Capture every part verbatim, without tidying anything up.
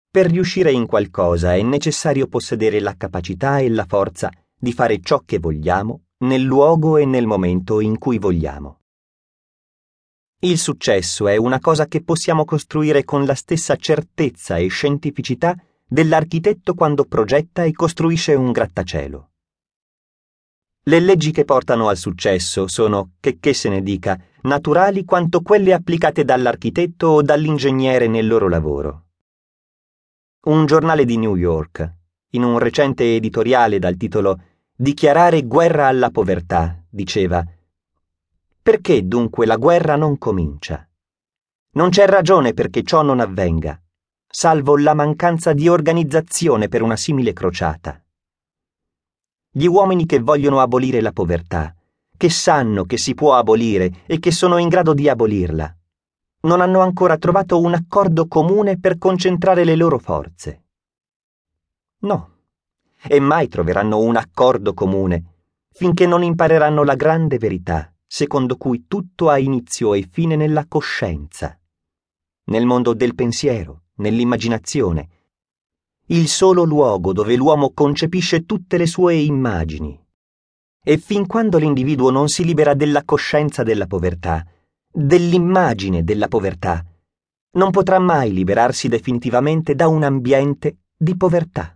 Per riuscire in qualcosa è necessario possedere la capacità e la forza di fare ciò che vogliamo nel luogo e nel momento in cui vogliamo. Il successo è una cosa che possiamo costruire con la stessa certezza e scientificità dell'architetto quando progetta e costruisce un grattacielo. Le leggi che portano al successo sono, checché se ne dica, naturali quanto quelle applicate dall'architetto o dall'ingegnere nel loro lavoro. Un giornale di New York, in un recente editoriale dal titolo "Dichiarare guerra alla povertà", diceva: «Perché dunque la guerra non comincia? Non c'è ragione perché ciò non avvenga, salvo la mancanza di organizzazione per una simile crociata. Gli uomini che vogliono abolire la povertà, che sanno che si può abolire e che sono in grado di abolirla, non hanno ancora trovato un accordo comune per concentrare le loro forze. No, e mai troveranno un accordo comune finché non impareranno la grande verità, secondo cui tutto ha inizio e fine nella coscienza, nel mondo del pensiero, nell'immaginazione, il solo luogo dove l'uomo concepisce tutte le sue immagini. E fin quando l'individuo non si libera della coscienza della povertà, dell'immagine della povertà, non potrà mai liberarsi definitivamente da un ambiente di povertà.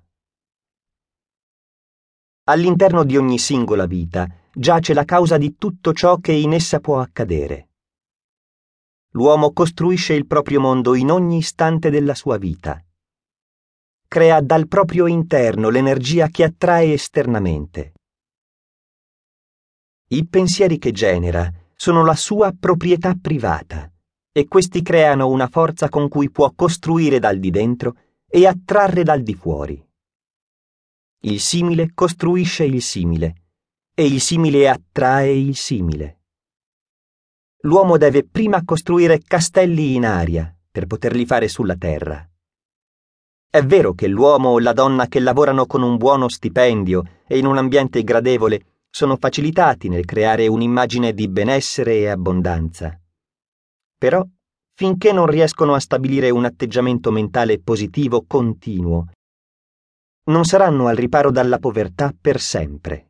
All'interno di ogni singola vita giace la causa di tutto ciò che in essa può accadere. L'uomo costruisce il proprio mondo in ogni istante della sua vita. Crea dal proprio interno l'energia che attrae esternamente. I pensieri che genera sono la sua proprietà privata e questi creano una forza con cui può costruire dal di dentro e attrarre dal di fuori. Il simile costruisce il simile e il simile attrae il simile. L'uomo deve prima costruire castelli in aria per poterli fare sulla terra. È vero che l'uomo o la donna che lavorano con un buono stipendio e in un ambiente gradevole sono facilitati nel creare un'immagine di benessere e abbondanza. Però, finché non riescono a stabilire un atteggiamento mentale positivo continuo, non saranno al riparo dalla povertà per sempre.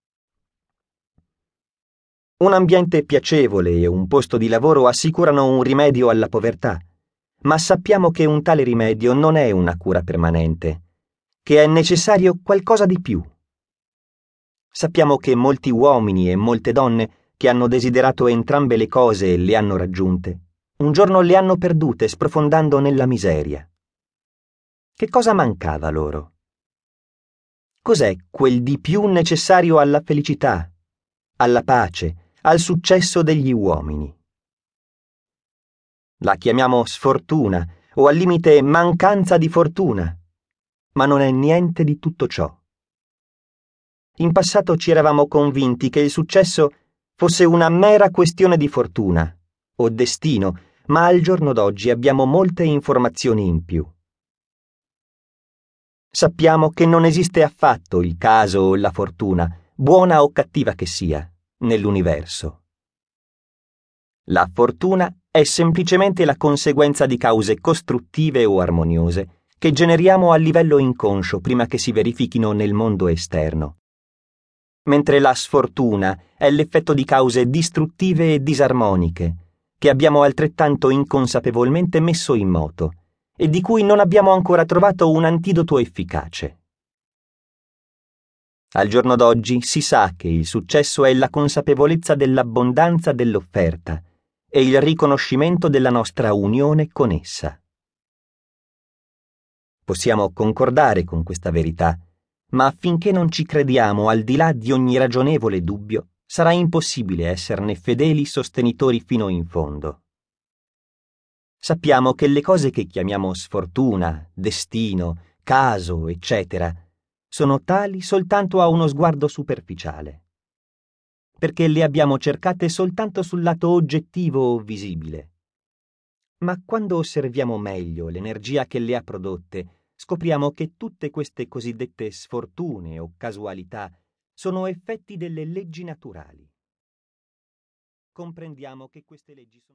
Un ambiente piacevole e un posto di lavoro assicurano un rimedio alla povertà, ma sappiamo che un tale rimedio non è una cura permanente, che è necessario qualcosa di più. Sappiamo che molti uomini e molte donne che hanno desiderato entrambe le cose e le hanno raggiunte, un giorno le hanno perdute sprofondando nella miseria. Che cosa mancava loro? Cos'è quel di più necessario alla felicità, alla pace, al successo degli uomini? La chiamiamo sfortuna o al limite mancanza di fortuna, ma non è niente di tutto ciò. In passato ci eravamo convinti che il successo fosse una mera questione di fortuna o destino, ma al giorno d'oggi abbiamo molte informazioni in più. Sappiamo che non esiste affatto il caso o la fortuna, buona o cattiva che sia, nell'universo. La fortuna è semplicemente la conseguenza di cause costruttive o armoniose che generiamo a livello inconscio prima che si verifichino nel mondo esterno. Mentre la sfortuna è l'effetto di cause distruttive e disarmoniche che abbiamo altrettanto inconsapevolmente messo in moto e di cui non abbiamo ancora trovato un antidoto efficace. Al giorno d'oggi si sa che il successo è la consapevolezza dell'abbondanza dell'offerta e il riconoscimento della nostra unione con essa. Possiamo concordare con questa verità, ma affinché non ci crediamo al di là di ogni ragionevole dubbio, sarà impossibile esserne fedeli sostenitori fino in fondo. Sappiamo che le cose che chiamiamo sfortuna, destino, caso, eccetera, sono tali soltanto a uno sguardo superficiale, perché le abbiamo cercate soltanto sul lato oggettivo o visibile. Ma quando osserviamo meglio l'energia che le ha prodotte, scopriamo che tutte queste cosiddette sfortune o casualità sono effetti delle leggi naturali. Comprendiamo che queste leggi sono